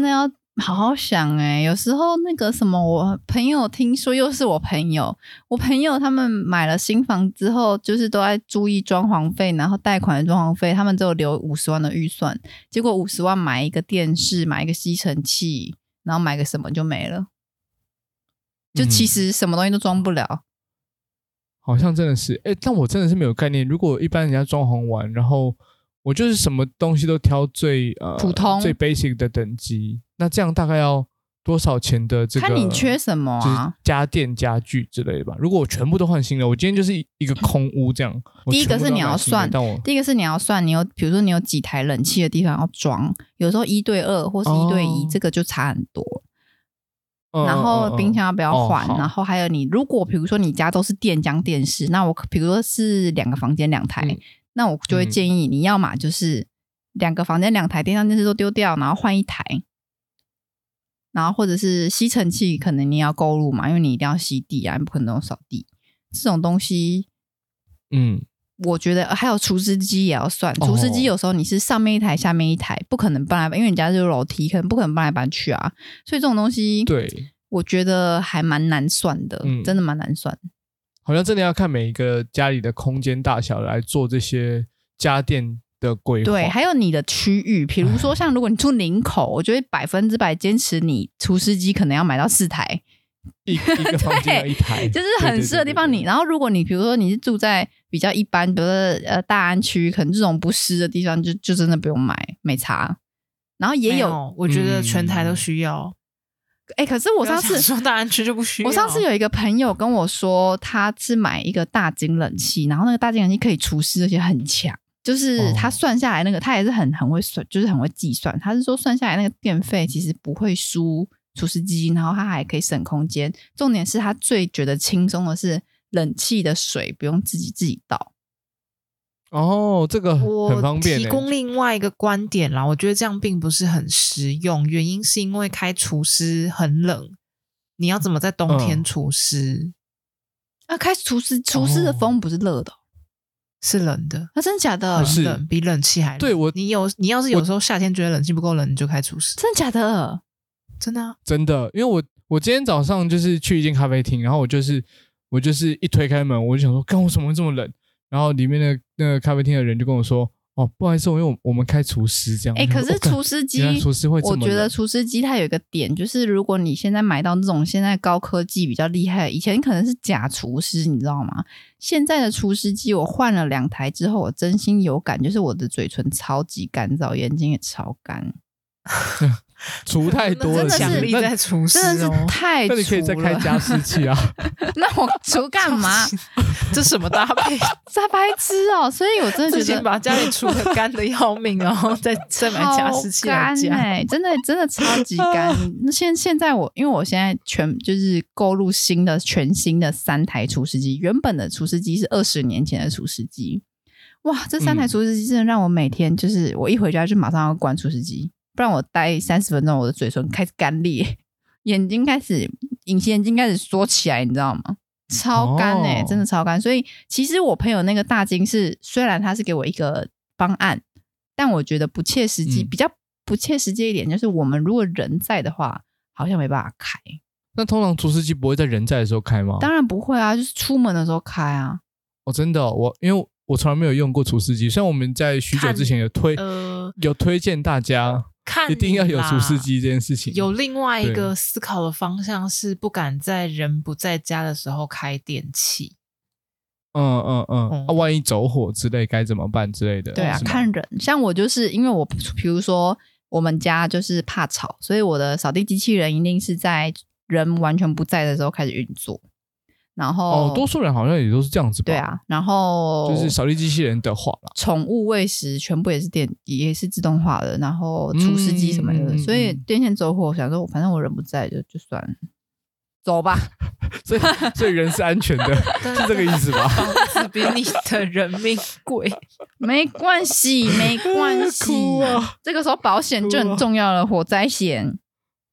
好好想欸，有时候那个什么，我朋友听说又是我朋友，我朋友他们买了新房之后，就是都在注意装潢费，然后贷款的装潢费，他们只有留五十万的预算，结果五十万买一个电视，买一个吸尘器，然后买个什么就没了，就其实什么东西都装不了。嗯， 好像真的是，哎，但我真的是没有概念。如果一般人家装潢完，然后我就是什么东西都挑最呃普通最 basic 的等级，那这样大概要多少钱的这个？ 看你缺什么啊？ 就是家电家具之类的吧。如果我全部都换新了，我今天就是一个空屋这样。 第一个是你要算，第一个是你要算，你有比如说你有几台冷气的地方要装，有时候一对二或是一对一，哦，这个就差很多。然后冰箱要不要换，嗯嗯嗯，然后还有你如果比如说你家都是电浆电视，那我比如说是两个房间两台，嗯，那我就会建议你要嘛就是两个房间两台电浆电视都丢掉，然后换一台，然后或者是吸尘器可能你要购入嘛，因为你一定要吸地啊，你不可能扫地这种东西。嗯，我觉得还有除湿机也要算，除湿机有时候你是上面一台下面一台，不可能搬来搬，因为你家就是楼梯，可能不可能搬来搬去啊，所以这种东西对我觉得还蛮难算的，嗯，真的蛮难算。 好像真的要看每一个家里的空间大小来做这些家电的规划。 对，还有你的区域，比如说像如果你住林口，我觉得百分之百坚持你除湿机可能要买到四台。 一, 一个房间要一台， 就是很适合地方你。对对对对对，然后如果你比如说你是住在比较一般，比如说呃大安区，可能这种不湿的地方就就真的不用买，没差。然后也有， 有我觉得全台都需要。 哎、嗯欸，可是我上次说大安区就不需要。 我上次有一个朋友跟我说，他是买一个大金冷气，然后那个大金冷气可以除湿，而且很强。就是他算下来那个，他也是很很会算，就是很会计算。他是说算下来那个电费其实不会输除湿机，然后它还可以省空间。重点是他最觉得轻松的是冷气的水不用自己自己倒。 哦，这个很方便。 我提供另外一个观点啦，我觉得这样并不是很实用，原因是因为开除湿很冷，你要怎么在冬天除湿？ 嗯、啊，开除湿除湿的风不是热的、哦， 是冷的。 那、啊、真的假的？ 很冷，比冷气还冷。 对我， 你有你要是有时候夏天觉得冷气不够冷，你就开除湿。 真的假的？ 真的啊， 真的，因为我我今天早上就是去一间咖啡厅，然后我就是我就是一推开门，我就想说，干我怎么会这么冷？然后里面的那个咖啡厅的人就跟我说，哦，不好意思，因为我我们开除湿这样。 哎、欸，可是除湿机， 哦、除湿会这么冷。 我觉得除湿机它有一个点，就是如果你现在买到那种现在高科技比较厉害的，以前可能是假除湿，你知道吗？现在的除湿机我换了两台之后，我真心有感，就是我的嘴唇超级干燥，眼睛也超干。 除太多了， 强力在除湿哦， 真的是太除了。 那你可以再开加湿器啊。 那我除干嘛？ 这什么搭配？ 傻白痴哦！所以我真的觉得把家里除得干的要命，然后再再买加湿器来加， 欸、真的真的超级干。那现现在我因为我现在全就是购入新的全新的三台除湿机，原本的除湿机是二十年前的除湿机。哇，这三台除湿机真的让我每天就是我一回家就马上要关除湿机。不然我待三十分钟，我的嘴唇开始干裂，眼睛开始隐形眼镜开始缩起来，你知道吗？超干哎、欸， oh. 真的超干。所以其实我朋友那个大金是，虽然他是给我一个方案，但我觉得不切实际，嗯、比较不切实际一点，就是我们如果人在的话，好像没办法开。 那通常除湿机不会在人在的时候开吗？ 当然不会啊，就是出门的时候开啊。 哦，真的、哦，我因为我从来没有用过除湿机，虽然我们在许久之前有推、呃、有推荐大家。一定要有除湿机这件事情。 有另外一个思考的方向是不敢在人不在家的时候开电器。 嗯嗯嗯，嗯啊、万一走火之类该怎么办之类的。 对啊，看人。像我就是因为我比如说我们家就是怕吵，所以我的扫地机器人一定是在人完全不在的时候开始运作。然后哦，多数人好像也都是这样子吧。 对啊，然后就是扫地机器人的话啦， 宠物喂食全部也是电，也是自动化的，然后除湿机什么的，嗯、所以电线走火，我想说，反正我人不在就就算了，走吧。 所以所以人是安全的，是这个意思吧？ 房子比你的人命贵， 没关系，没关系。啊、这个时候保险就很重要了，火灾险。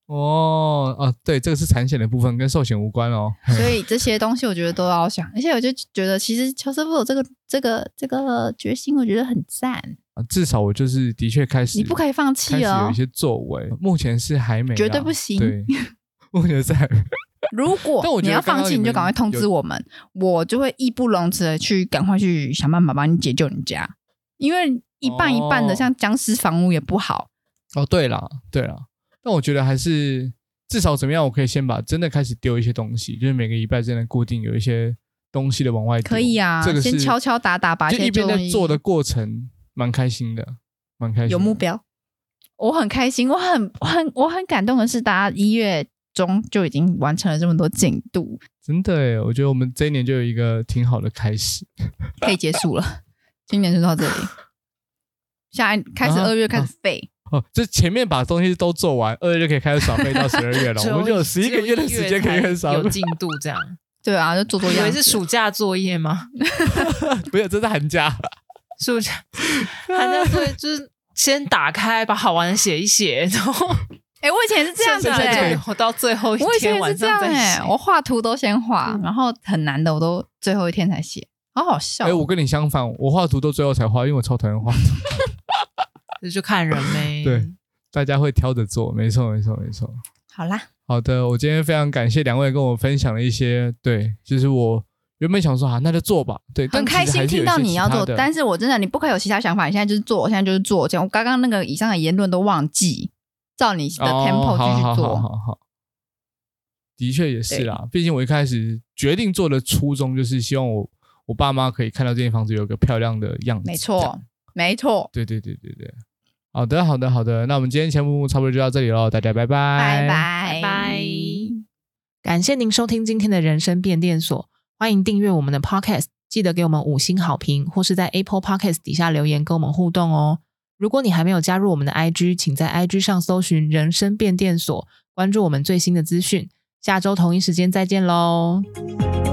哦哦，对，这个是产险的部分，跟寿险无关哦。 所以这些东西我觉得都要想，而且我就觉得其实乔瑟夫有这个这个这个决心，我觉得很赞。 至少我就是的确开始， 你不可以放弃哦， 开始有一些作为。目前是还没， 绝对不行。 对，目前是还没。 如果你要放弃，你就赶快通知我们，我就会义不容辞的去赶快去想办法帮你解救你家，因为一半一半的，哦、像僵尸房屋也不好。 哦，对啦，对啦。但我觉得还是至少怎么样，我可以先把真的开始丢一些东西，就是每个礼拜真的固定有一些东西的往外丢。 可以啊，这个先敲敲打打把一些就一边在做的过程，蛮开心的，蛮开心的。 有目标，我很开心，我很我很我很感动的是，大家一月中就已经完成了这么多进度， 真的耶！我觉得我们这一年就有一个挺好的开始， 可以结束了，今年就到这里，下一开始二月开始废。 啊啊哦，就前面把东西都做完，二月就可以开始耍废到十二月了，我们就有十一个月的时间可以开始耍废， 有进度这样。 对啊，就做做样子。 以为是暑假作业吗？ 不是，这是寒假。 暑假寒假作业就是先打开，把好玩的写一写，然后， 哎、欸，我以前也是这样子哎、 欸，我到最后一天晚上再写。 欸、我画图都先画、嗯，然后很难的我都最后一天才写，好好笑。 哎、欸，我跟你相反，我画图都最后才画，因为我超讨厌画图。 这就看人呗， 对，大家会挑着做，没错，没错，没错。 好啦， 好的，我今天非常感谢两位跟我分享了一些，对，就是我原本想说啊，那就做吧，对， 很开心听到你要做，但是我真的你不可以有其他想法，你现在就是做，我现在就是做，这样我刚刚那个以上的言论都忘记，照你的 tempo 继续做。 哦、好, 好, 好, 好, 好的确也是啦，毕竟我一开始决定做的初衷就是希望我我爸妈可以看到这间房子有个漂亮的样子， 没错，没错， 对对对对对。好的，好的，好的。那我们今天节目差不多就到这里咯，大家拜拜， 拜拜， 拜拜。感谢您收听今天的人生变电所，欢迎订阅我们的 Podcast， 记得给我们五星好评，或是在 Apple Podcast 底下留言跟我们互动哦。如果你还没有加入我们的 I G， 请在 I G 上搜寻人生变电所，关注我们最新的资讯。下周同一时间再见咯。